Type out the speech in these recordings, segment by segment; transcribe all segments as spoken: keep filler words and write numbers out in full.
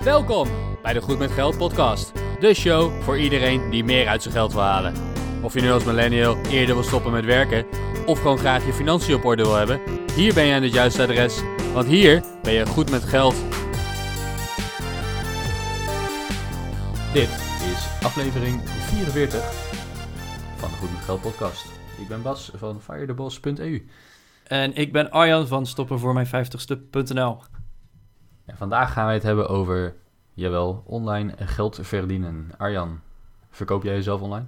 Welkom bij de Goed met Geld podcast. De show voor iedereen die meer uit zijn geld wil halen. Of je nu als millennial eerder wil stoppen met werken of gewoon graag je financiën op orde wil hebben, hier ben je aan het juiste adres, want hier ben je goed met geld. Dit is aflevering vierenveertig van de Goed met Geld podcast. Ik ben Bas van firetheboss punt e u. En ik ben Arjan van stoppen voor mijn vijftigste punt n l. En vandaag gaan wij het hebben over, jawel, online geld verdienen. Arjan, verkoop jij jezelf online?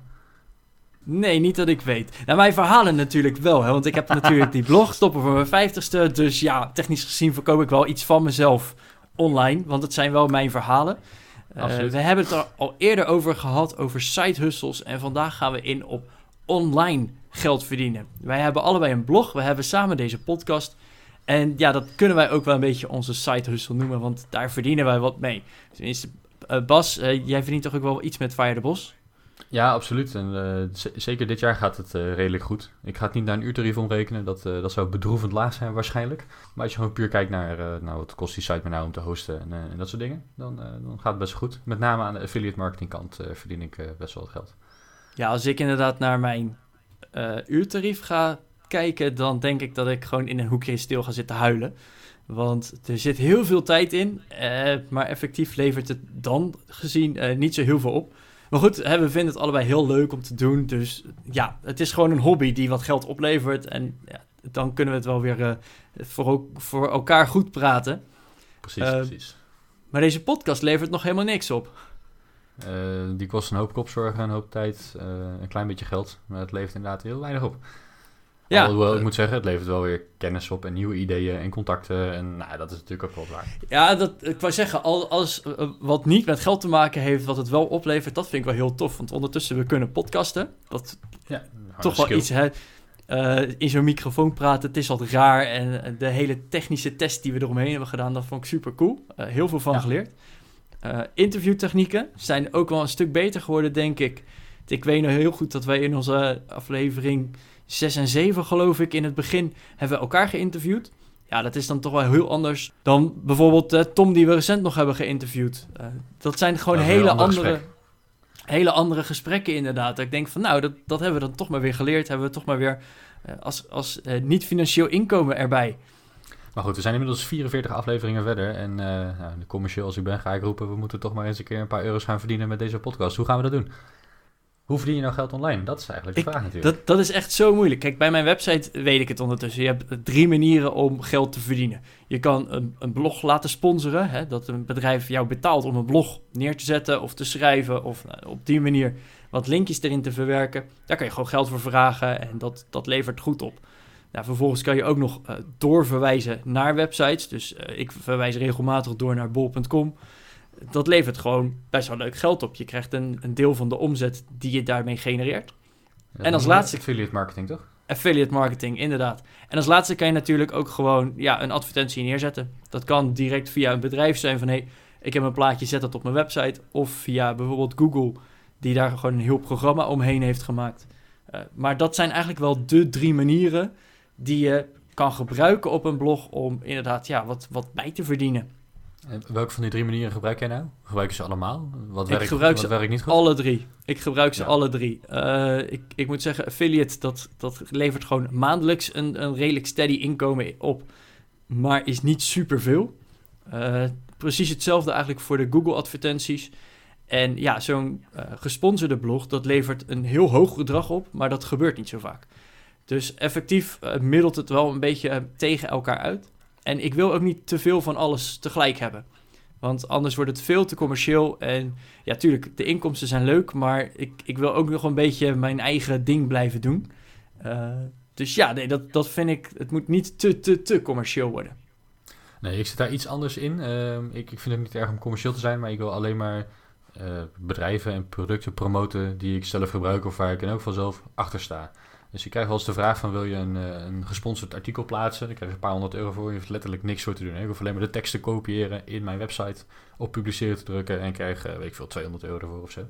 Nee, niet dat ik weet. Nou, mijn verhalen natuurlijk wel, hè, want ik heb natuurlijk die blog, stoppen voor mijn vijftigste. Dus ja, technisch gezien verkoop ik wel iets van mezelf online, want het zijn wel mijn verhalen. Uh, we hebben het er al eerder over gehad, over side hustles. En vandaag gaan we in op online geld verdienen. Wij hebben allebei een blog, we hebben samen deze podcast. En ja, dat kunnen wij ook wel een beetje onze side hustle noemen, want daar verdienen wij wat mee. Tenminste, uh, Bas, uh, jij verdient toch ook wel iets met firetheboss? Ja, absoluut. En uh, z- zeker dit jaar gaat het uh, redelijk goed. Ik ga het niet naar een uurtarief omrekenen, dat, uh, dat zou bedroevend laag zijn waarschijnlijk. Maar als je gewoon puur kijkt naar uh, nou, wat kost die site me nou om te hosten en, uh, en dat soort dingen, dan, uh, dan gaat het best goed. Met name aan de affiliate marketing kant uh, verdien ik uh, best wel wat geld. Ja, als ik inderdaad naar mijn uh, uurtarief ga kijken, dan denk ik dat ik gewoon in een hoekje stil ga zitten huilen. Want er zit heel veel tijd in, uh, maar effectief levert het dan gezien uh, niet zo heel veel op. Maar goed, hè, we vinden het allebei heel leuk om te doen. Dus ja, het is gewoon een hobby die wat geld oplevert. En ja, dan kunnen we het wel weer uh, voor, voor elkaar goed praten. Precies, uh, precies. Maar deze podcast levert nog helemaal niks op. Uh, die kost een hoop kopzorgen, een hoop tijd, uh, een klein beetje geld. Maar het levert inderdaad heel weinig op. Ja, Alhoewel, ik moet zeggen, het levert wel weer kennis op en nieuwe ideeën en contacten. En nou, dat is natuurlijk ook wel waar. Ja, dat, ik wou zeggen, alles uh, wat niet met geld te maken heeft, wat het wel oplevert, dat vind ik wel heel tof. Want ondertussen, we kunnen podcasten. Dat ja, toch wel skill. Iets, hè. Uh, in zo'n microfoon praten, het is wat raar. En de hele technische test die we eromheen hebben gedaan, dat vond ik super cool. Uh, heel veel van ja. geleerd. Uh, interviewtechnieken zijn ook wel een stuk beter geworden, denk ik. Ik weet nog heel goed dat wij in onze aflevering zes en zeven, geloof ik, in het begin hebben we elkaar geïnterviewd. Ja, dat is dan toch wel heel anders dan bijvoorbeeld uh, Tom, die we recent nog hebben geïnterviewd. Uh, dat zijn gewoon dat hele andere, andere hele andere gesprekken inderdaad. Ik denk van, nou, dat, dat hebben we dan toch maar weer geleerd. Hebben we toch maar weer uh, als, als uh, niet-financieel inkomen erbij. Maar goed, we zijn inmiddels vierenveertig afleveringen verder. En uh, nou, de commercieel als ik ben, ga ik roepen, we moeten toch maar eens een keer een paar euro's gaan verdienen met deze podcast. Hoe gaan we dat doen? Hoe verdien je nou geld online? Dat is eigenlijk de ik, vraag natuurlijk. Dat, dat is echt zo moeilijk. Kijk, bij mijn website weet ik het ondertussen. Je hebt drie manieren om geld te verdienen. Je kan een, een blog laten sponsoren. Hè, dat een bedrijf jou betaalt om een blog neer te zetten of te schrijven. Of nou, op die manier wat linkjes erin te verwerken. Daar kan je gewoon geld voor vragen en dat, dat levert goed op. Nou, vervolgens kan je ook nog uh, doorverwijzen naar websites. Dus uh, ik verwijs regelmatig door naar bol punt com. Dat levert gewoon best wel leuk geld op. Je krijgt een, een deel van de omzet die je daarmee genereert. Ja, en als laatste... Affiliate marketing, toch? Affiliate marketing, inderdaad. En als laatste kan je natuurlijk ook gewoon ja, een advertentie neerzetten. Dat kan direct via een bedrijf zijn van, hé, hey, ik heb een plaatje, zet dat op mijn website. Of via bijvoorbeeld Google, die daar gewoon een heel programma omheen heeft gemaakt. Uh, maar dat zijn eigenlijk wel de drie manieren die je kan gebruiken op een blog om inderdaad ja, wat, wat bij te verdienen. En welke van die drie manieren gebruik jij nou? Gebruik je ze allemaal? Wat ik werkt, gebruik wat ze werkt niet goed? alle drie. Ik gebruik ze ja. alle drie. Uh, ik, ik moet zeggen, affiliate, dat, dat levert gewoon maandelijks een, een redelijk steady inkomen op. Maar is niet superveel. Uh, precies hetzelfde eigenlijk voor de Google advertenties. En ja, zo'n uh, gesponsorde blog, dat levert een heel hoog bedrag op, maar dat gebeurt niet zo vaak. Dus effectief uh, middelt het wel een beetje uh, tegen elkaar uit. En ik wil ook niet te veel van alles tegelijk hebben. Want anders wordt het veel te commercieel. En ja, tuurlijk, de inkomsten zijn leuk, maar ik, ik wil ook nog een beetje mijn eigen ding blijven doen. Uh, dus ja, nee, dat, dat vind ik, het moet niet te, te, te commercieel worden. Nee, ik zit daar iets anders in. Uh, ik, ik vind het niet erg om commercieel te zijn, maar ik wil alleen maar uh, bedrijven en producten promoten die ik zelf gebruik of waar ik in elk geval zelf achter sta. Dus je krijgt wel eens de vraag van, wil je een, een gesponsord artikel plaatsen? Dan krijg je een paar honderd euro voor. Je hoeft letterlijk niks voor te doen. Hè? Ik hoef alleen maar de teksten kopiëren in mijn website, op publiceren te drukken en krijg, weet ik veel, tweehonderd euro voor of zo.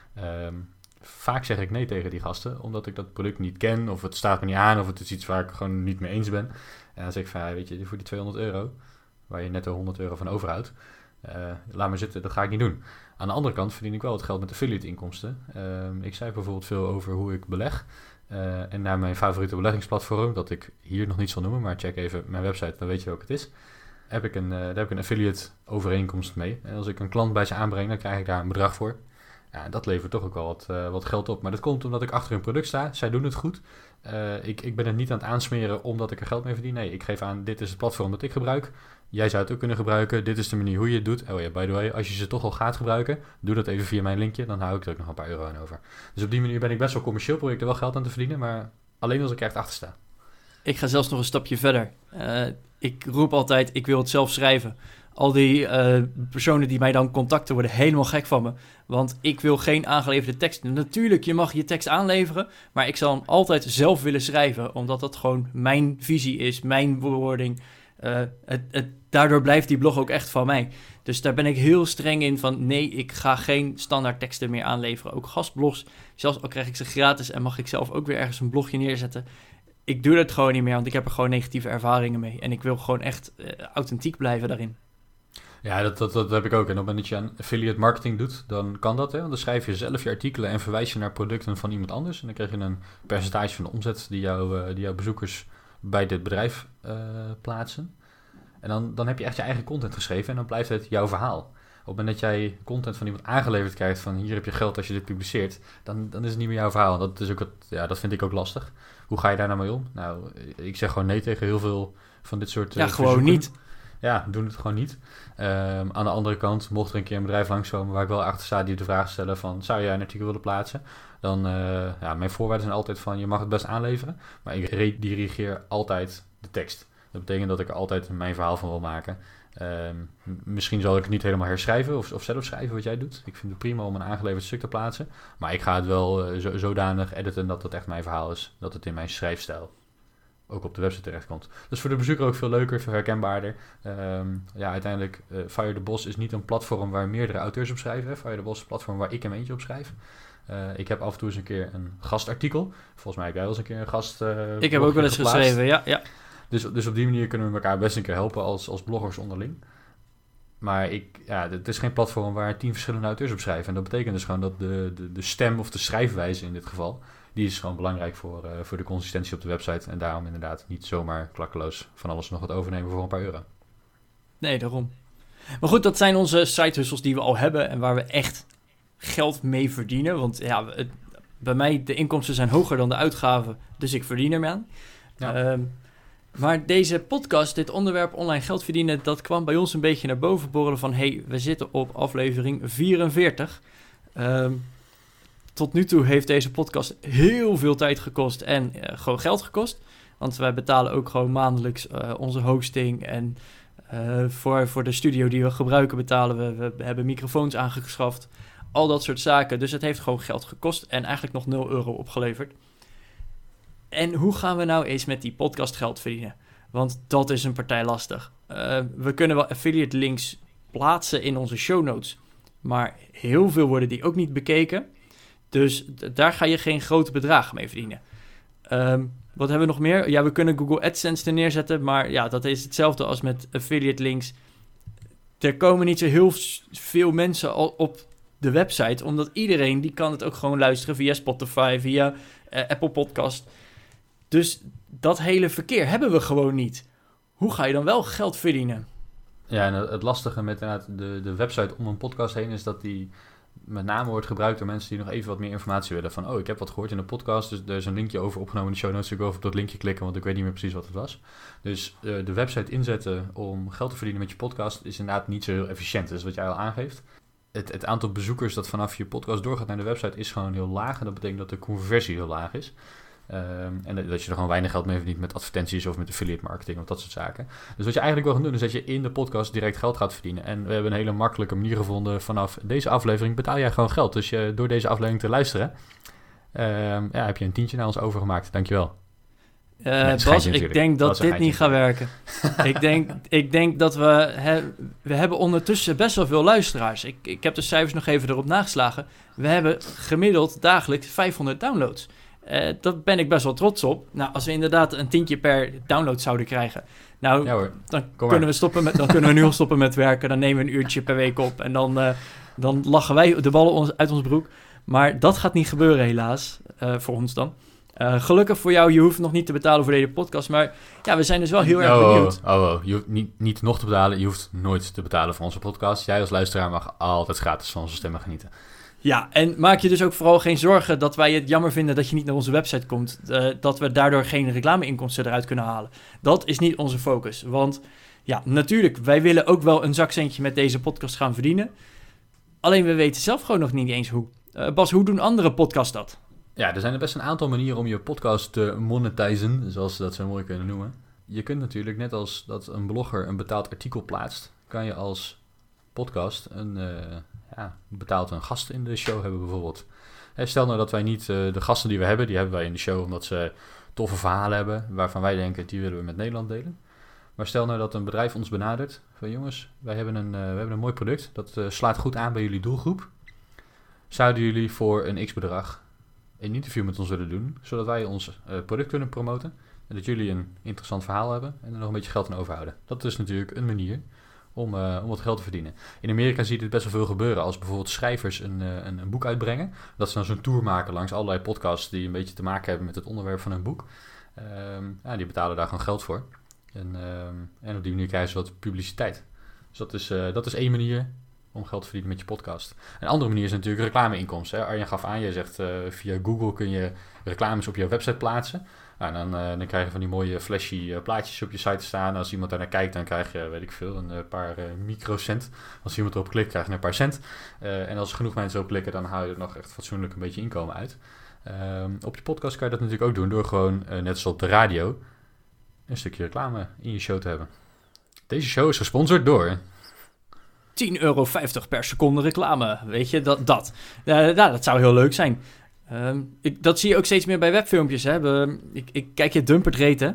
Um, vaak zeg ik nee tegen die gasten, omdat ik dat product niet ken, of het staat me niet aan, of het is iets waar ik gewoon niet mee eens ben. En dan zeg ik van, ja, weet je, voor die tweehonderd euro, waar je netto honderd euro van overhoudt, Uh, laat maar zitten, dat ga ik niet doen. Aan de andere kant verdien ik wel het geld met affiliate inkomsten. Uh, ik zei bijvoorbeeld veel over hoe ik beleg. Uh, en naar mijn favoriete beleggingsplatform, dat ik hier nog niet zal noemen, maar check even mijn website, dan weet je welke het is. Heb ik een, uh, daar heb ik een affiliate overeenkomst mee. En als ik een klant bij ze aanbreng, dan krijg ik daar een bedrag voor. Ja, dat levert toch ook wel wat, uh, wat geld op. Maar dat komt omdat ik achter een product sta. Zij doen het goed. Uh, ik, ik ben het niet aan het aansmeren omdat ik er geld mee verdien. Nee, ik geef aan, dit is het platform dat ik gebruik. Jij zou het ook kunnen gebruiken. Dit is de manier hoe je het doet. Oh ja, by the way, als je ze toch al gaat gebruiken, doe dat even via mijn linkje. Dan hou ik er ook nog een paar euro aan over. Dus op die manier ben ik best wel commercieel. Probeer ik er wel geld aan te verdienen, maar alleen als ik er echt achter sta. Ik ga zelfs nog een stapje verder. Uh, ik roep altijd, ik wil het zelf schrijven. Al die uh, personen die mij dan contacten worden helemaal gek van me. Want ik wil geen aangeleverde tekst. Natuurlijk, je mag je tekst aanleveren. Maar ik zal hem altijd zelf willen schrijven. Omdat dat gewoon mijn visie is, mijn bewoording. Uh, het, het, daardoor blijft die blog ook echt van mij. Dus daar ben ik heel streng in van nee, ik ga geen standaard teksten meer aanleveren. Ook gastblogs, zelfs al krijg ik ze gratis en mag ik zelf ook weer ergens een blogje neerzetten. Ik doe dat gewoon niet meer, want ik heb er gewoon negatieve ervaringen mee. En ik wil gewoon echt uh, authentiek blijven daarin. Ja, dat, dat, dat heb ik ook. En op het moment dat je aan affiliate marketing doet, dan kan dat. Hè? Want dan schrijf je zelf je artikelen en verwijs je naar producten van iemand anders. En dan krijg je een percentage van de omzet die, jou, uh, die jouw bezoekers bij dit bedrijf uh, plaatsen. En dan, dan heb je echt je eigen content geschreven en dan blijft het jouw verhaal. Op het moment dat jij content van iemand aangeleverd krijgt van hier heb je geld als je dit publiceert, dan, dan is het niet meer jouw verhaal. Dat, is ook wat, ja, dat vind ik ook lastig. Hoe ga je daar nou mee om? Nou, ik zeg gewoon nee tegen heel veel van dit soort Ja, uh, gewoon niet. Ja, doen het gewoon niet. Um, aan de andere kant, mocht er een keer een bedrijf langskomen waar ik wel achter sta die de vraag stellen van zou jij een artikel willen plaatsen? Dan, uh, ja, mijn voorwaarden zijn altijd van je mag het best aanleveren, maar ik redirigeer altijd de tekst. Dat betekent dat ik er altijd mijn verhaal van wil maken. Um, misschien zal ik het niet helemaal herschrijven of, of zelf schrijven wat jij doet. Ik vind het prima om een aangeleverd stuk te plaatsen. Maar ik ga het wel uh, zo, zodanig editen dat het echt mijn verhaal is. Dat het in mijn schrijfstijl ook op de website terechtkomt. Dat is voor de bezoeker ook veel leuker, veel herkenbaarder. Um, ja, uiteindelijk, uh, Fire the Boss is niet een platform waar meerdere auteurs op schrijven. Fire the Boss is een platform waar ik hem eentje op schrijf. Uh, ik heb af en toe eens een keer een gastartikel. Volgens mij heb jij wel eens een keer een gast... Uh, ik heb ook wel eens geplaatst. geschreven, ja. ja. Dus, dus op die manier kunnen we elkaar best een keer helpen als, als bloggers onderling. Maar ik, ja, het is geen platform waar tien verschillende auteurs op schrijven. En dat betekent dus gewoon dat de, de, de stem of de schrijfwijze in dit geval, die is gewoon belangrijk voor, uh, voor de consistentie op de website. En daarom inderdaad niet zomaar klakkeloos van alles nog wat overnemen voor een paar euro. Nee, daarom. Maar goed, dat zijn onze side hustles die we al hebben en waar we echt geld mee verdienen. Want ja, het, bij mij de inkomsten zijn hoger dan de uitgaven, dus ik verdien ermee aan. Ja. Um, Maar deze podcast, dit onderwerp online geld verdienen, dat kwam bij ons een beetje naar boven borrelen van hey, we zitten op aflevering vierenveertig. Um, tot nu toe heeft deze podcast heel veel tijd gekost en uh, gewoon geld gekost. Want wij betalen ook gewoon maandelijks uh, onze hosting en uh, voor, voor de studio die we gebruiken betalen we. We hebben microfoons aangeschaft, al dat soort zaken. Dus het heeft gewoon geld gekost en eigenlijk nog nul euro opgeleverd. En hoe gaan we nou eens met die podcast geld verdienen? Want dat is een partij lastig. Uh, we kunnen wel affiliate links plaatsen in onze show notes. Maar heel veel worden die ook niet bekeken. Dus d- daar ga je geen grote bedragen mee verdienen. Um, wat hebben we nog meer? Ja, we kunnen Google AdSense er neerzetten. Maar ja, dat is hetzelfde als met affiliate links. Er komen niet zo heel veel mensen al op de website. Omdat iedereen die kan het ook gewoon luisteren via Spotify, via uh, Apple Podcast. Dus dat hele verkeer hebben we gewoon niet. Hoe ga je dan wel geld verdienen? Ja, en het lastige met de, de website om een podcast heen is dat die met name wordt gebruikt door mensen die nog even wat meer informatie willen. Van, oh, ik heb wat gehoord in de podcast, dus er is een linkje over opgenomen in de show notes. Ik wil even op dat linkje klikken, want ik weet niet meer precies wat het was. Dus uh, de website inzetten om geld te verdienen met je podcast is inderdaad niet zo heel efficiënt. Dat is wat jij al aangeeft. Het, het aantal bezoekers dat vanaf je podcast doorgaat naar de website is gewoon heel laag. En dat betekent dat de conversie heel laag is. Um, en dat je er gewoon weinig geld mee verdient met advertenties of met affiliate marketing of dat soort zaken. Dus wat je eigenlijk wil gaan doen is dat je in de podcast direct geld gaat verdienen. En we hebben een hele makkelijke manier gevonden. Vanaf deze aflevering betaal jij gewoon geld. Dus je, door deze aflevering te luisteren, um, ja, heb je een tientje naar ons overgemaakt. Dankjewel. Uh, nee, Bas, ik denk dat dit niet gaat werken. ik, denk, ik denk dat we... He, we hebben ondertussen best wel veel luisteraars. Ik, ik heb de cijfers nog even erop nageslagen. We hebben gemiddeld dagelijks vijfhonderd downloads. Uh, daar ben ik best wel trots op. Nou, als we inderdaad een tientje per download zouden krijgen... Nou, ja hoor, dan, kunnen we stoppen met, dan kunnen we nu al stoppen met werken. Dan nemen we een uurtje per week op. En dan, uh, dan lachen wij de ballen ons, uit ons broek. Maar dat gaat niet gebeuren helaas. Uh, voor ons dan. Uh, gelukkig voor jou, je hoeft nog niet te betalen voor deze podcast. Maar ja, we zijn dus wel heel erg oh, benieuwd. Oh, oh, oh. Je hoeft niet, niet nog te betalen. Je hoeft nooit te betalen voor onze podcast. Jij als luisteraar mag altijd gratis van onze stemmen genieten. Ja, en maak je dus ook vooral geen zorgen dat wij het jammer vinden dat je niet naar onze website komt. Uh, dat we daardoor geen reclameinkomsten eruit kunnen halen. Dat is niet onze focus. Want ja, natuurlijk, wij willen ook wel een zakcentje met deze podcast gaan verdienen. Alleen we weten zelf gewoon nog niet eens hoe. Uh, Bas, hoe doen andere podcasts dat? Ja, er zijn er best een aantal manieren om je podcast te monetizen, zoals ze dat zo mooi kunnen noemen. Je kunt natuurlijk, net als dat een blogger een betaald artikel plaatst, kan je als podcast een... Uh, Ja, betaald een gast in de show hebben bijvoorbeeld. Hè, stel nou dat wij niet uh, de gasten die we hebben, die hebben wij in de show omdat ze toffe verhalen hebben, waarvan wij denken, die willen we met Nederland delen. Maar stel nou dat een bedrijf ons benadert, van jongens, wij hebben een, uh, we hebben een mooi product, dat uh, slaat goed aan bij jullie doelgroep. Zouden jullie voor een x-bedrag een interview met ons willen doen, zodat wij ons uh, product kunnen promoten en dat jullie een interessant verhaal hebben en er nog een beetje geld aan overhouden. Dat is natuurlijk een manier Om, uh, om wat geld te verdienen. In Amerika zie je dit best wel veel gebeuren. Als bijvoorbeeld schrijvers een, uh, een, een boek uitbrengen. Dat ze dan zo'n tour maken langs allerlei podcasts die een beetje te maken hebben met het onderwerp van hun boek. Um, ja, die betalen daar gewoon geld voor. En, um, en op die manier krijgen ze wat publiciteit. Dus dat is, uh, dat is één manier om geld te verdienen met je podcast. Een andere manier is natuurlijk reclameinkomsten. Hè? Arjen gaf aan, je zegt uh, via Google kun je reclames op jouw website plaatsen. Nou, dan, uh, dan krijg je van die mooie flashy uh, plaatjes op je site staan. Als iemand daar naar kijkt, dan krijg je, weet ik veel, een uh, paar uh, microcent. Als iemand erop klikt, krijg je een paar cent. Uh, en als er genoeg mensen op klikken, dan haal je er nog echt fatsoenlijk een beetje inkomen uit. Uh, op je podcast kan je dat natuurlijk ook doen door gewoon, uh, net zoals op de radio, een stukje reclame in je show te hebben. Deze show is gesponsord door... tien euro vijftig per seconde reclame, weet je, dat. dat. Uh, nou, dat zou heel leuk zijn. Um, ik, dat zie je ook steeds meer bij webfilmpjes. Hè. Be, ik, ik kijk je Dumpert Reten.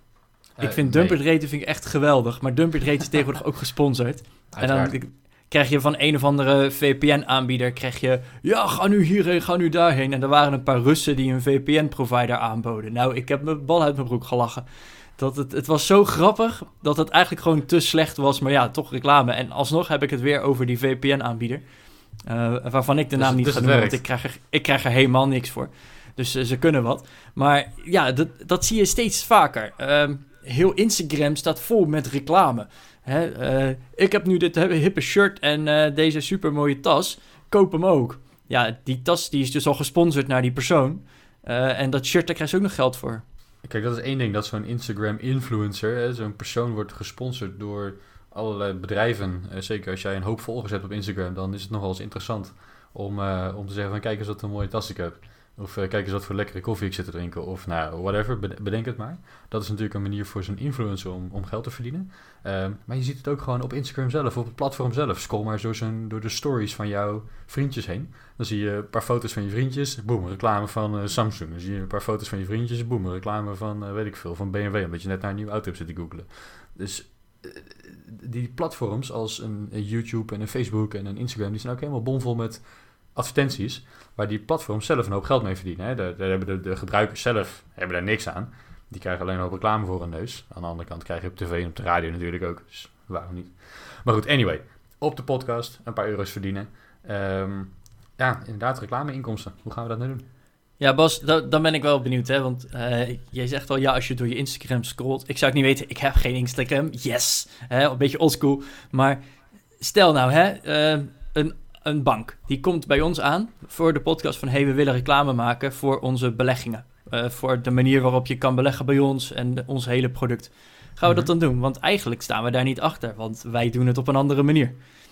Uh, ik vind nee. Dumpert Reten vind ik echt geweldig. Maar Dumpert Reten is tegenwoordig ook gesponsord. Uiteraard. En dan ik, krijg je van een of andere V P N-aanbieder... krijg je, ja, ga nu hierheen, ga nu daarheen. En er waren een paar Russen die een V P N-provider aanboden. Nou, ik heb mijn bal uit mijn broek gelachen. Dat het, het was zo grappig dat het eigenlijk gewoon te slecht was. Maar ja, toch reclame. En alsnog heb ik het weer over die V P N-aanbieder. Uh, waarvan ik de naam dus, niet dus ga noemen, want ik krijg, er, ik krijg er helemaal niks voor. Dus uh, ze kunnen wat. Maar ja, dat, dat zie je steeds vaker. Uh, heel Instagram staat vol met reclame. Hè? Uh, ik heb nu dit hippe shirt en uh, deze supermooie tas. Koop hem ook. Ja, die tas die is dus al gesponsord naar die persoon. Uh, en dat shirt, daar krijg je ook nog geld voor. Kijk, dat is één ding. Dat zo'n Instagram-influencer, zo'n persoon wordt gesponsord door... allerlei bedrijven, uh, zeker als jij een hoop volgers hebt op Instagram, dan is het nog wel eens interessant om, uh, om te zeggen van kijk eens wat een mooie tas ik heb. Of uh, kijk eens wat voor lekkere koffie ik zit te drinken. Of nou, whatever, bedenk het maar. Dat is natuurlijk een manier voor zo'n influencer om, om geld te verdienen. Uh, maar je ziet het ook gewoon op Instagram zelf, op het platform zelf. Scroll maar zo zo'n, door de stories van jouw vriendjes heen. Dan zie je een paar foto's van je vriendjes, boem, reclame van uh, Samsung. Dan zie je een paar foto's van je vriendjes, boem, reclame van, uh, weet ik veel, van B M W. Omdat je net naar een nieuwe auto hebt zitten googlen. Dus... Uh, die platforms als een, een YouTube en een Facebook en een Instagram, die zijn ook helemaal bomvol met advertenties, waar die platforms zelf een hoop geld mee verdienen. Hè. Daar, daar hebben de, de gebruikers zelf hebben daar niks aan. Die krijgen alleen een hoop reclame voor hun neus. Aan de andere kant krijg je op tv en op de radio natuurlijk ook. Dus waarom niet? Maar goed, anyway. Op de podcast een paar euro's verdienen. Um, ja, inderdaad, reclameinkomsten. Hoe gaan we dat nu doen? Ja, Bas, da- dan ben ik wel benieuwd, hè, want uh, jij zegt al, ja, als je door je Instagram scrolt, ik zou het niet weten, ik heb geen Instagram, yes, hè, een beetje oldschool, maar stel nou, hè, uh, een, een bank, die komt bij ons aan voor de podcast van, hey, we willen reclame maken voor onze beleggingen, uh, voor de manier waarop je kan beleggen bij ons en de, ons hele product. Gaan we mm-hmm. dat dan doen? Want eigenlijk staan we daar niet achter, want wij doen het op een andere manier.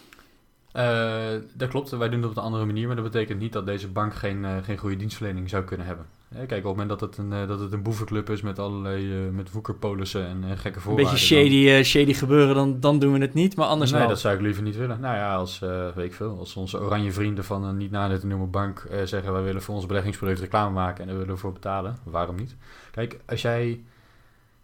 Uh, dat klopt, wij doen het op een andere manier, maar dat betekent niet dat deze bank geen, uh, geen goede dienstverlening zou kunnen hebben. Ja, kijk, op het moment dat het een, uh, dat het een boevenclub is met allerlei uh, met woekerpolissen en uh, gekke voorwaarden. Een beetje shady, dan... uh, shady gebeuren, dan, dan doen we het niet, maar anders nee, wel. Nee, dat zou ik liever niet willen. Nou ja, als, uh, weet ik veel, als onze oranje vrienden van een niet nader te noemen bank uh, zeggen, wij willen voor ons beleggingsproduct reclame maken en daar willen we voor betalen, waarom niet? Kijk, als jij...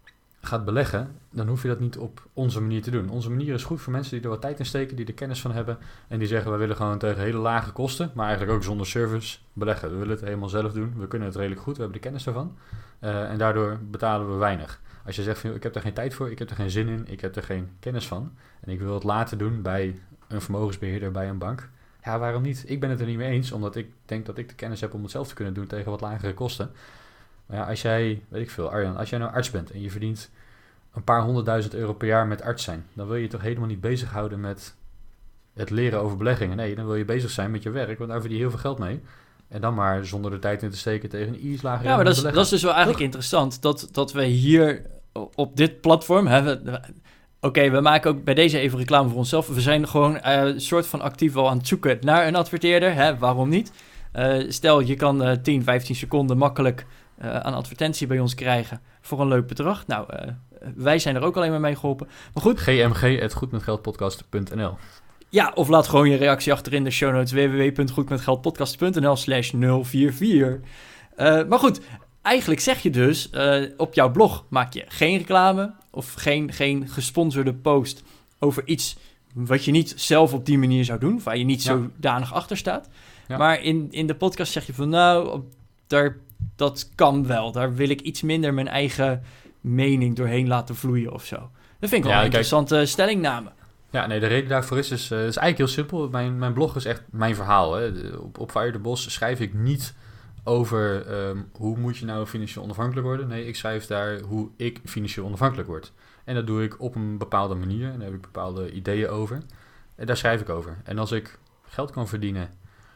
gaat beleggen, dan hoef je dat niet op onze manier te doen. Onze manier is goed voor mensen die er wat tijd in steken, die er kennis van hebben en die zeggen, wij willen gewoon tegen hele lage kosten, maar eigenlijk ook zonder service beleggen. We willen het helemaal zelf doen, we kunnen het redelijk goed, we hebben de kennis daarvan uh, en daardoor betalen we weinig. Als je zegt, van, ik heb er geen tijd voor, ik heb er geen zin in, ik heb er geen kennis van en ik wil het laten doen bij een vermogensbeheerder, bij een bank, ja, waarom niet? Ik ben het er niet mee eens, omdat ik denk dat ik de kennis heb om het zelf te kunnen doen tegen wat lagere kosten. Maar ja, als jij, weet ik veel, Arjan, als jij nou arts bent en je verdient een paar honderdduizend euro per jaar met arts zijn, dan wil je je toch helemaal niet bezighouden met het leren over beleggingen. Nee, dan wil je bezig zijn met je werk, want daar verdien je heel veel geld mee. En dan maar zonder er tijd in te steken tegen een iets lager. Ja, maar dat is, dat is dus wel eigenlijk toch interessant, dat, dat we hier op dit platform hebben. Oké, okay, we maken ook bij deze even reclame voor onszelf. We zijn gewoon een uh, soort van actief wel aan het zoeken naar een adverteerder. Hè? Waarom niet? Uh, stel, je kan uh, tien, vijftien seconden makkelijk uh, aan advertentie bij ons krijgen voor een leuk bedrag. Nou, uh, wij zijn er ook alleen maar mee geholpen. Maar goed. g m g at goedmetgeldpodcast punt n l Ja, of laat gewoon je reactie achter in de show notes w w w punt goedmetgeldpodcast punt n l slash nul vier vier. Uh, maar goed, eigenlijk zeg je dus, uh, op jouw blog maak je geen reclame of geen, geen gesponsorde post over iets wat je niet zelf op die manier zou doen, waar je niet ja. zodanig achter staat. Ja. Maar in, in de podcast zeg je van nou, daar, dat kan wel. Daar wil ik iets minder mijn eigen mening doorheen laten vloeien of zo. Dat vind ik wel ja, een interessante kijk, stellingname. Ja, nee, de reden daarvoor is, dus, uh, is eigenlijk heel simpel. Mijn, mijn blog is echt mijn verhaal. Hè. De, op, op Fire the Boss schrijf ik niet over um, hoe moet je nou financieel onafhankelijk worden. Nee, ik schrijf daar hoe ik financieel onafhankelijk word. En dat doe ik op een bepaalde manier. En daar heb ik bepaalde ideeën over. En daar schrijf ik over. En als ik geld kan verdienen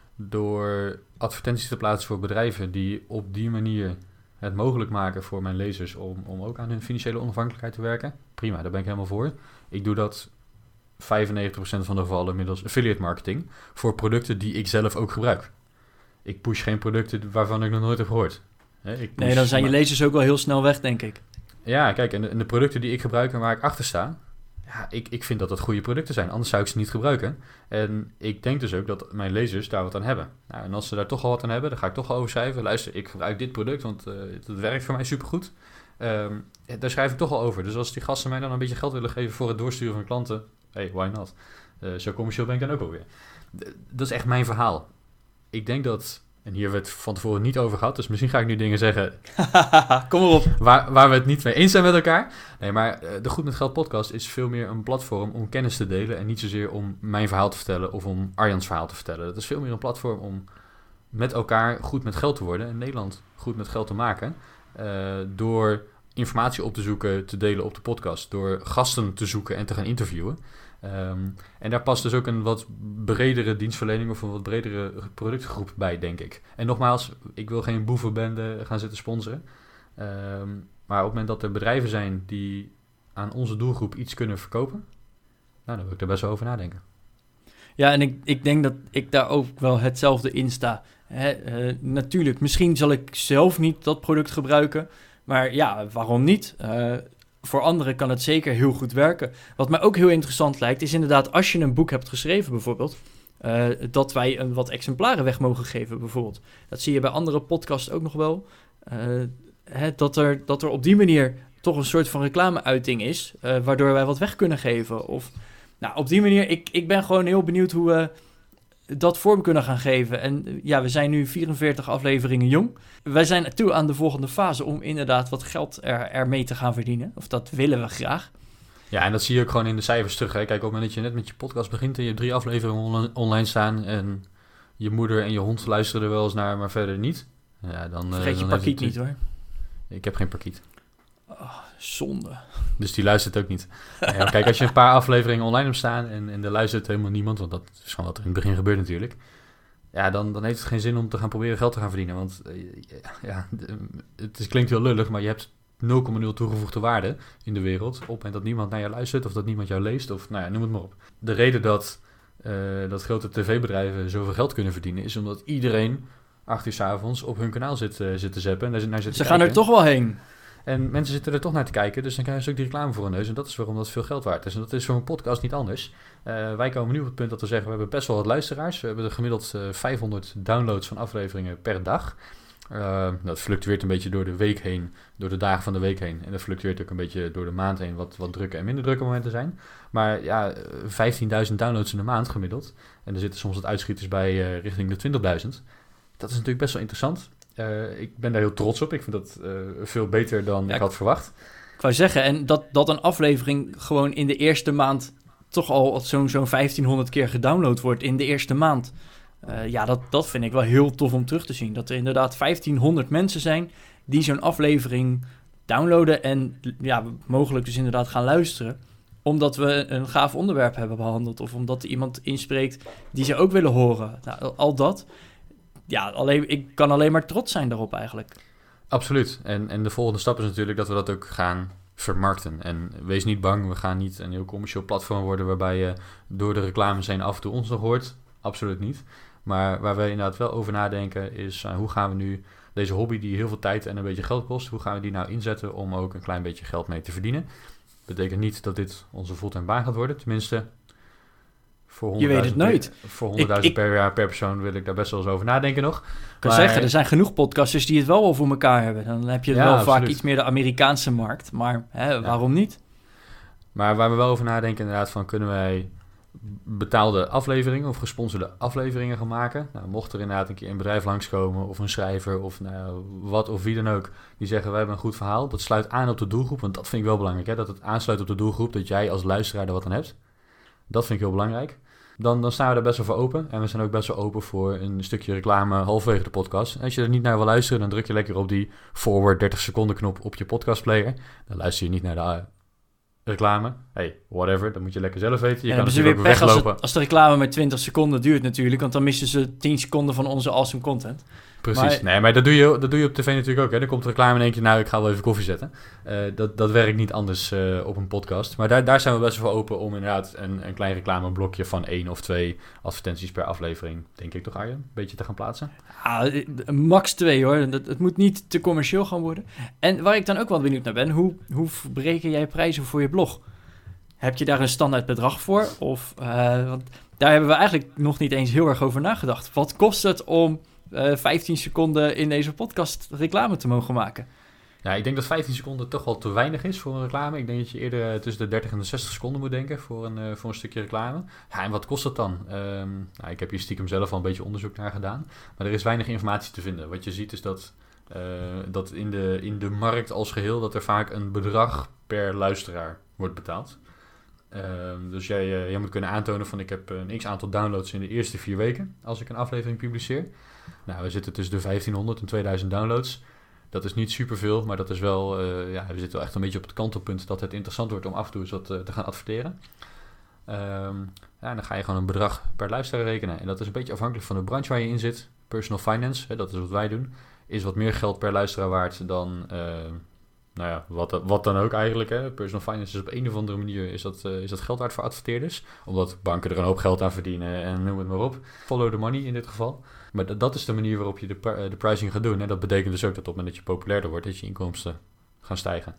door advertenties te plaatsen voor bedrijven die op die manier het mogelijk maken voor mijn lezers om, om ook aan hun financiële onafhankelijkheid te werken, prima, daar ben ik helemaal voor. Ik doe dat vijfennegentig procent van de gevallen middels affiliate marketing voor producten die ik zelf ook gebruik. Ik push geen producten waarvan ik nog nooit heb gehoord. Ik nee, dan zijn maar... je lezers ook wel heel snel weg, denk ik. Ja, kijk, en de, en de producten die ik gebruik en waar ik achter sta, ja, ik, ik vind dat dat goede producten zijn. Anders zou ik ze niet gebruiken. En ik denk dus ook dat mijn lezers daar wat aan hebben. Nou, en als ze daar toch al wat aan hebben, dan ga ik toch al over schrijven. Luister, ik gebruik dit product, want uh, het werkt voor mij supergoed. Um, daar schrijf ik toch al over. Dus als die gasten mij dan een beetje geld willen geven voor het doorsturen van klanten, hey, why not? Uh, zo commercieel ben ik dan ook alweer. D- dat is echt mijn verhaal. Ik denk dat, en hier hebben we het van tevoren niet over gehad, dus misschien ga ik nu dingen zeggen Kom erop. Waar, waar we het niet mee eens zijn met elkaar. Nee, maar uh, de Goed Met Geld podcast is veel meer een platform om kennis te delen en niet zozeer om mijn verhaal te vertellen of om Arjans verhaal te vertellen. Het is veel meer een platform om met elkaar goed met geld te worden en Nederland goed met geld te maken uh, door informatie op te zoeken, te delen op de podcast, door gasten te zoeken en te gaan interviewen. Um, en daar past dus ook een wat bredere dienstverlening of een wat bredere productgroep bij, denk ik. En nogmaals, ik wil geen boevenbende gaan zitten sponsoren. Um, maar op het moment dat er bedrijven zijn die aan onze doelgroep iets kunnen verkopen, nou, dan wil ik daar best wel over nadenken. Ja, en ik, ik denk dat ik daar ook wel hetzelfde in sta. Hè, uh, natuurlijk, misschien zal ik zelf niet dat product gebruiken, maar ja, waarom niet? Uh, Voor anderen kan het zeker heel goed werken. Wat mij ook heel interessant lijkt, is inderdaad als je een boek hebt geschreven bijvoorbeeld, uh, dat wij een wat exemplaren weg mogen geven bijvoorbeeld. Dat zie je bij andere podcasts ook nog wel. Uh, hè, dat, er, dat er op die manier toch een soort van reclameuiting is, uh, waardoor wij wat weg kunnen geven. Of, nou, op die manier, ik, ik ben gewoon heel benieuwd hoe we dat vorm kunnen gaan geven. En ja, we zijn nu vierenveertig afleveringen jong. Wij zijn toe aan de volgende fase om inderdaad wat geld er, ermee te gaan verdienen. Of dat willen we graag. Ja, en dat zie je ook gewoon in de cijfers terug. Hè. Kijk, op het moment dat je net met je podcast begint en je hebt drie afleveringen on- online staan en je moeder en je hond luisteren er wel eens naar, maar verder niet. Ja, dan, Vergeet uh, je dan parkiet niet hoor. Ik heb geen parkiet. Oh, zonde. Dus die luistert ook niet. Ja, kijk, als je een paar afleveringen online hebt staan en, en er luistert helemaal niemand, want dat is gewoon wat er in het begin gebeurt natuurlijk. Ja, dan, dan heeft het geen zin om te gaan proberen geld te gaan verdienen. Want uh, ja, het is, klinkt heel lullig, maar je hebt nul komma nul toegevoegde waarde in de wereld. Op het moment dat niemand naar jou luistert of dat niemand jou leest of nou ja, noem het maar op. De reden dat, uh, dat grote tv-bedrijven zoveel geld kunnen verdienen is omdat iedereen acht uur 's avonds op hun kanaal zit, uh, zit te zappen. En daar, naar zit Ze gaan er toch wel heen. En mensen zitten er toch naar te kijken, dus dan krijgen ze ook die reclame voor hun neus. En dat is waarom dat veel geld waard is. En dat is voor een podcast niet anders. Uh, wij komen nu op het punt dat we zeggen, we hebben best wel wat luisteraars. We hebben er gemiddeld uh, vijfhonderd downloads van afleveringen per dag. Uh, dat fluctueert een beetje door de week heen, door de dagen van de week heen. En dat fluctueert ook een beetje door de maand heen, wat, wat drukke en minder drukke momenten zijn. Maar ja, vijftienduizend downloads in de maand gemiddeld. En er zitten soms wat uitschieters bij uh, richting de twintigduizend. Dat is natuurlijk best wel interessant. Uh, ik ben daar heel trots op. Ik vind dat uh, veel beter dan ja, ik had verwacht. Ik wou zeggen, en dat, dat een aflevering gewoon in de eerste maand toch al zo'n, zo'n vijftienhonderd keer gedownload wordt in de eerste maand. Uh, ja, dat, dat vind ik wel heel tof om terug te zien. Dat er inderdaad vijftienhonderd mensen zijn die zo'n aflevering downloaden en ja, mogelijk dus inderdaad gaan luisteren. Omdat we een gaaf onderwerp hebben behandeld of omdat er iemand inspreekt die ze ook willen horen. Nou, al dat. Ja, alleen, ik kan alleen maar trots zijn daarop eigenlijk. Absoluut. En, en de volgende stap is natuurlijk dat we dat ook gaan vermarkten. En wees niet bang, we gaan niet een heel commercieel platform worden waarbij je door de reclames heen af en toe ons nog hoort. Absoluut niet. Maar waar we inderdaad wel over nadenken is uh, hoe gaan we nu deze hobby die heel veel tijd en een beetje geld kost, hoe gaan we die nou inzetten om ook een klein beetje geld mee te verdienen. Dat betekent niet dat dit onze fulltime baan gaat worden, tenminste voor je weet het nooit. Per, voor honderdduizend per jaar per persoon wil ik daar best wel eens over nadenken nog. Ik kan maar, zeggen, er zijn genoeg podcasters die het wel al voor elkaar hebben. Dan heb je ja, wel absoluut. Vaak iets meer de Amerikaanse markt, maar hè, ja. waarom niet? Maar waar we wel over nadenken inderdaad van kunnen wij betaalde afleveringen of gesponsorde afleveringen gaan maken. Nou, mocht er inderdaad een keer een bedrijf langskomen of een schrijver of nou, wat of wie dan ook die zeggen wij hebben een goed verhaal, dat sluit aan op de doelgroep, want dat vind ik wel belangrijk, hè? Dat het aansluit op de doelgroep, dat jij als luisteraar er wat aan hebt. Dat vind ik heel belangrijk. Dan, dan staan we daar best wel voor open en we zijn ook best wel open voor een stukje reclame halverwege de podcast. En als je er niet naar wil luisteren, dan druk je lekker op die forward dertig seconden knop op je podcastplayer. Dan luister je niet naar de reclame. Hey, whatever, dat moet je lekker zelf weten. Je ja, kan natuurlijk ook weglopen. Als, het, als de reclame maar twintig seconden duurt natuurlijk, want dan missen ze tien seconden van onze awesome content. Precies. Maar, nee, maar dat doe, je, dat doe je op tv natuurlijk ook. Hè. Dan komt reclame in één keer, nou, ik ga wel even koffie zetten. Uh, dat, dat werkt niet anders uh, op een podcast. Maar daar, daar zijn we best wel open om inderdaad een, een klein reclameblokje van één of twee advertenties per aflevering, denk ik toch, Arjen, een beetje te gaan plaatsen. Ah, max twee hoor. Het, het moet niet te commercieel gaan worden. En waar ik dan ook wel benieuwd naar ben, hoe, hoe bereken jij prijzen voor je blog? Heb je daar een standaard bedrag voor? Of, uh, want daar hebben we eigenlijk nog niet eens heel erg over nagedacht. Wat kost het om uh, vijftien seconden in deze podcast reclame te mogen maken? Ja, ik denk dat vijftien seconden toch wel te weinig is voor een reclame. Ik denk dat je eerder tussen de dertig en de zestig seconden moet denken voor een, uh, voor een stukje reclame. Ja, en wat kost dat dan? Um, nou, ik heb hier stiekem zelf al een beetje onderzoek naar gedaan. Maar er is weinig informatie te vinden. Wat je ziet is dat, uh, dat in, de, in de markt als geheel dat er vaak een bedrag per luisteraar wordt betaald. Um, dus jij, uh, jij moet kunnen aantonen van ik heb een x-aantal downloads in de eerste vier weken als ik een aflevering publiceer. Nou, we zitten tussen de vijftienhonderd en tweeduizend downloads. Dat is niet superveel, maar dat is wel, uh, ja, we zitten wel echt een beetje op het kantelpunt dat het interessant wordt om af en toe eens wat uh, te gaan adverteren. Um, ja, dan ga je gewoon een bedrag per luisteraar rekenen. En dat is een beetje afhankelijk van de branche waar je in zit. Personal finance, hè, dat is wat wij doen, is wat meer geld per luisteraar waard dan, uh, nou ja, wat, wat dan ook eigenlijk. Hè. Personal finance is op een of andere manier is dat, uh, is dat geld waard voor adverteerders. Omdat banken er een hoop geld aan verdienen en noem het maar op. Follow the money in dit geval. Maar d- dat is de manier waarop je de, pr- de pricing gaat doen. En dat betekent dus ook dat op het moment dat je populairder wordt, dat je inkomsten gaan stijgen.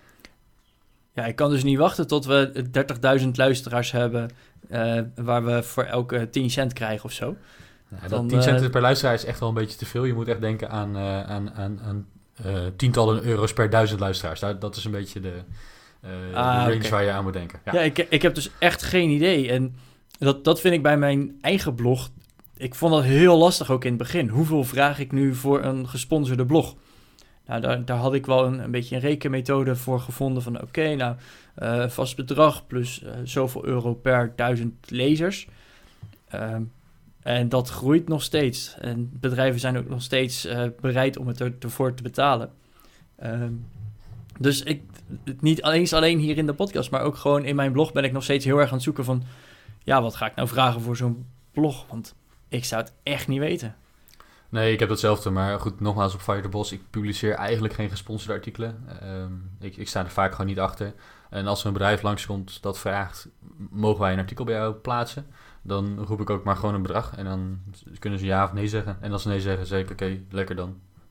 Ja, ik kan dus niet wachten tot we dertigduizend luisteraars hebben, uh, waar we voor elke tien cent krijgen of zo. Ja, dat Dan, tien cent uh, per luisteraar is echt wel een beetje te veel. Je moet echt denken aan, uh, aan, aan, aan uh, tientallen euro's per duizend luisteraars. Dat, dat is een beetje de, uh, ah, de range okay. waar je aan moet denken. Ja, ja ik, ik heb dus echt geen idee. En dat, dat vind ik bij mijn eigen blog. Ik vond dat heel lastig ook in het begin. Hoeveel vraag ik nu voor een gesponsorde blog? Nou, daar, daar had ik wel een, een beetje een rekenmethode voor gevonden. Van oké, okay, nou, uh, vast bedrag plus uh, zoveel euro per duizend lezers. Um, en dat groeit nog steeds. En bedrijven zijn ook nog steeds uh, bereid om het er, ervoor te betalen. Um, dus ik, niet eens alleen hier in de podcast, maar ook gewoon in mijn blog ben ik nog steeds heel erg aan het zoeken van, ja, wat ga ik nou vragen voor zo'n blog? Want ik zou het echt niet weten. Nee, ik heb hetzelfde, maar goed, nogmaals op Fire the Boss, ik publiceer eigenlijk geen gesponsorde artikelen. Um, ik, ik sta er vaak gewoon niet achter. En als er een bedrijf langskomt dat vraagt, mogen wij een artikel bij jou plaatsen? Dan roep ik ook maar gewoon een bedrag en dan kunnen ze ja of nee zeggen. En als ze nee zeggen, zeg ik, oké, okay, lekker dan.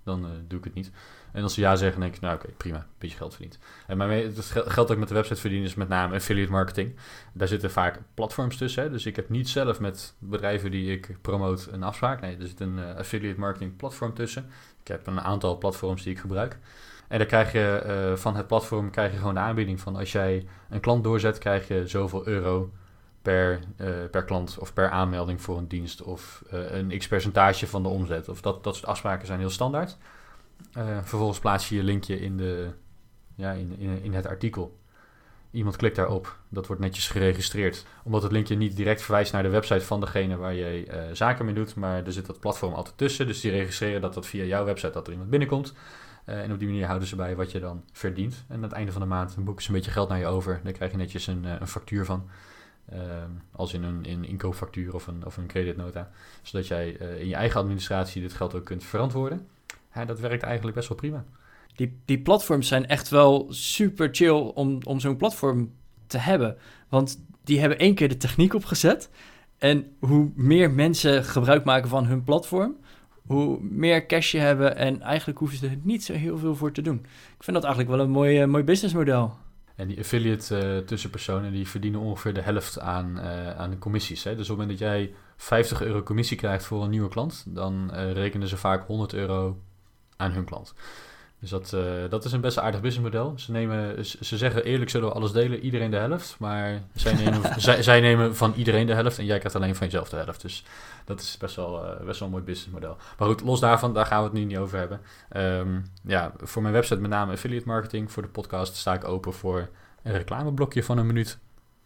dan uh, doe ik het niet. En als ze ja zeggen, denk ik, nou oké, okay, prima, een beetje geld verdiend. En maar het geld dat ik met de website verdien is met name affiliate marketing. Daar zitten vaak platforms tussen. Hè? Dus ik heb niet zelf met bedrijven die ik promote een afspraak. Nee, er zit een uh, affiliate marketing platform tussen. Ik heb een aantal platforms die ik gebruik. En dan krijg je uh, van het platform krijg je gewoon de aanbieding van als jij een klant doorzet, krijg je zoveel euro per, uh, per klant of per aanmelding voor een dienst of uh, een x-percentage van de omzet. Of dat, dat soort afspraken zijn heel standaard. Uh, vervolgens plaats je je linkje in, de, ja, in, in, in het artikel. Iemand klikt daarop, dat wordt netjes geregistreerd. Omdat het linkje niet direct verwijst naar de website van degene waar je uh, zaken mee doet, maar er zit dat platform altijd tussen. Dus die registreren dat dat via jouw website dat er iemand binnenkomt. Uh, en op die manier houden ze bij wat je dan verdient. En aan het einde van de maand boeken ze een beetje geld naar je over. Dan krijg je netjes een, uh, een factuur van. Uh, als in een, in een inkoopfactuur of een, of een creditnota. Zodat jij uh, in je eigen administratie dit geld ook kunt verantwoorden. Ja, dat werkt eigenlijk best wel prima. Die, die platforms zijn echt wel super chill om, om zo'n platform te hebben. Want die hebben één keer de techniek opgezet. En hoe meer mensen gebruik maken van hun platform, hoe meer cash je hebben. En eigenlijk hoeven ze er niet zo heel veel voor te doen. Ik vind dat eigenlijk wel een mooi, uh, mooi businessmodel. En die affiliate uh, tussenpersonen die verdienen ongeveer de helft aan, uh, aan de commissies. Hè? Dus op het moment dat jij vijftig euro commissie krijgt voor een nieuwe klant, dan uh, rekenen ze vaak honderd euro aan hun klant. Dus dat, uh, dat is een best aardig businessmodel. Ze, nemen, ze zeggen eerlijk zullen we alles delen, iedereen de helft. Maar zij nemen, zij, zij nemen van iedereen de helft en jij krijgt alleen van jezelf de helft. Dus dat is best wel, uh, best wel een mooi businessmodel. Maar goed, los daarvan, daar gaan we het nu niet over hebben. Um, ja, voor mijn website met name affiliate marketing. Voor de podcast sta ik open voor een reclameblokje van een minuut.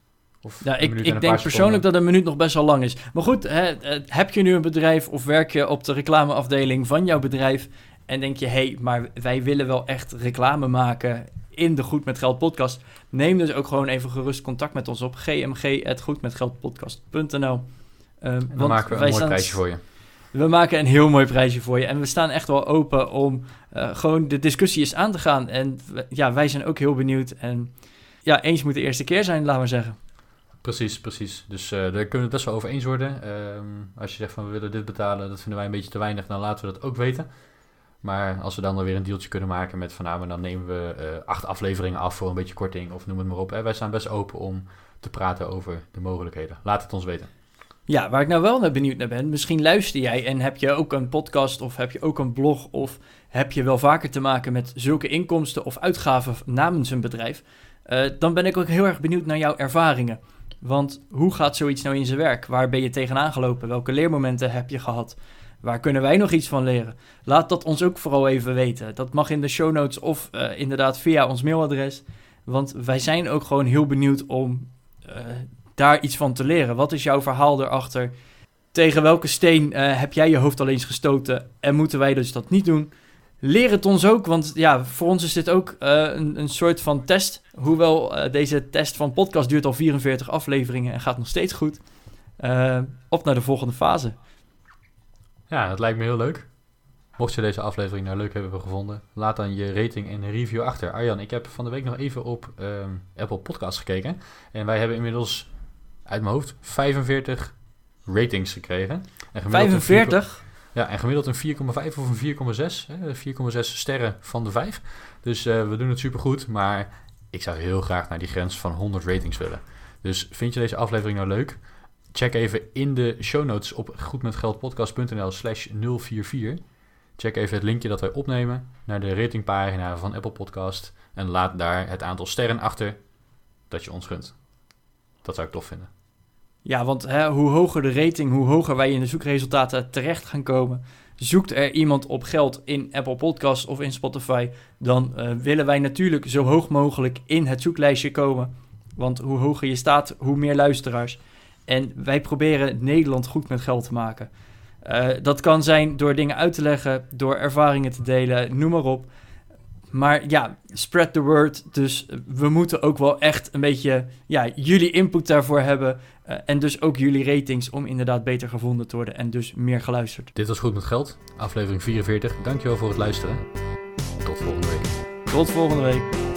Of ja, ik, ik denk persoonlijk dat een minuut nog best wel lang is. Maar goed, hè, heb je nu een bedrijf of werk je op de reclameafdeling van jouw bedrijf en denk je, hé, hey, maar wij willen wel echt reclame maken in de Goed Met Geld podcast. Neem dus ook gewoon even gerust contact met ons op g m g at goedmetgeldpodcast punt n l. Uh, we want maken een mooi staan, prijsje voor je. We maken een heel mooi prijsje voor je. En we staan echt wel open om uh, gewoon de discussie eens aan te gaan. En ja, wij zijn ook heel benieuwd. En ja, eens moet de eerste keer zijn, laten we zeggen. Precies, precies. Dus uh, daar kunnen we het best wel over eens worden. Um, als je zegt van we willen dit betalen, dat vinden wij een beetje te weinig, dan laten we dat ook weten. Maar als we dan weer een dealtje kunnen maken met van nou, dan nemen we uh, acht afleveringen af voor een beetje korting of noem het maar op. Hè. Wij staan best open om te praten over de mogelijkheden. Laat het ons weten. Ja, waar ik nou wel naar benieuwd naar ben, misschien luister jij en heb je ook een podcast of heb je ook een blog of heb je wel vaker te maken met zulke inkomsten of uitgaven namens een bedrijf. Uh, dan ben ik ook heel erg benieuwd naar jouw ervaringen. Want hoe gaat zoiets nou in zijn werk? Waar ben je tegenaan gelopen? Welke leermomenten heb je gehad? Waar kunnen wij nog iets van leren? Laat dat ons ook vooral even weten. Dat mag in de show notes of uh, inderdaad via ons mailadres. Want wij zijn ook gewoon heel benieuwd om uh, daar iets van te leren. Wat is jouw verhaal erachter? Tegen welke steen uh, heb jij je hoofd al eens gestoten? En moeten wij dus dat niet doen? Leer het ons ook, want ja, voor ons is dit ook uh, een, een soort van test. Hoewel uh, deze test van podcast duurt al vierenveertig afleveringen en gaat nog steeds goed. Uh, op naar de volgende fase. Ja, dat lijkt me heel leuk. Mocht je deze aflevering nou leuk hebben gevonden, laat dan je rating en een review achter. Arjan, ik heb van de week nog even op um, Apple Podcasts gekeken. En wij hebben inmiddels uit mijn hoofd vijfenveertig ratings gekregen. En vijfenveertig? Ja, en gemiddeld een vier komma vijf of een vier komma zes. vier komma zes sterren van de vijf. Dus uh, we doen het supergoed. Maar ik zou heel graag naar die grens van honderd ratings willen. Dus vind je deze aflevering nou leuk? Check even in de show notes op goedmetgeldpodcast punt n l slash nul vier vier. Check even het linkje dat wij opnemen naar de ratingpagina van Apple Podcast. En laat daar het aantal sterren achter dat je ons gunt. Dat zou ik tof vinden. Ja, want hè, hoe hoger de rating, hoe hoger wij in de zoekresultaten terecht gaan komen. Zoekt er iemand op geld in Apple Podcasts of in Spotify, dan uh, willen wij natuurlijk zo hoog mogelijk in het zoeklijstje komen. Want hoe hoger je staat, hoe meer luisteraars. En wij proberen Nederland goed met geld te maken. Uh, dat kan zijn door dingen uit te leggen, door ervaringen te delen, noem maar op. Maar ja, spread the word. Dus we moeten ook wel echt een beetje ja, jullie input daarvoor hebben. Uh, en dus ook jullie ratings om inderdaad beter gevonden te worden en dus meer geluisterd. Dit was Goed Met Geld, aflevering vierenveertig. Dankjewel voor het luisteren. Tot volgende week. Tot volgende week.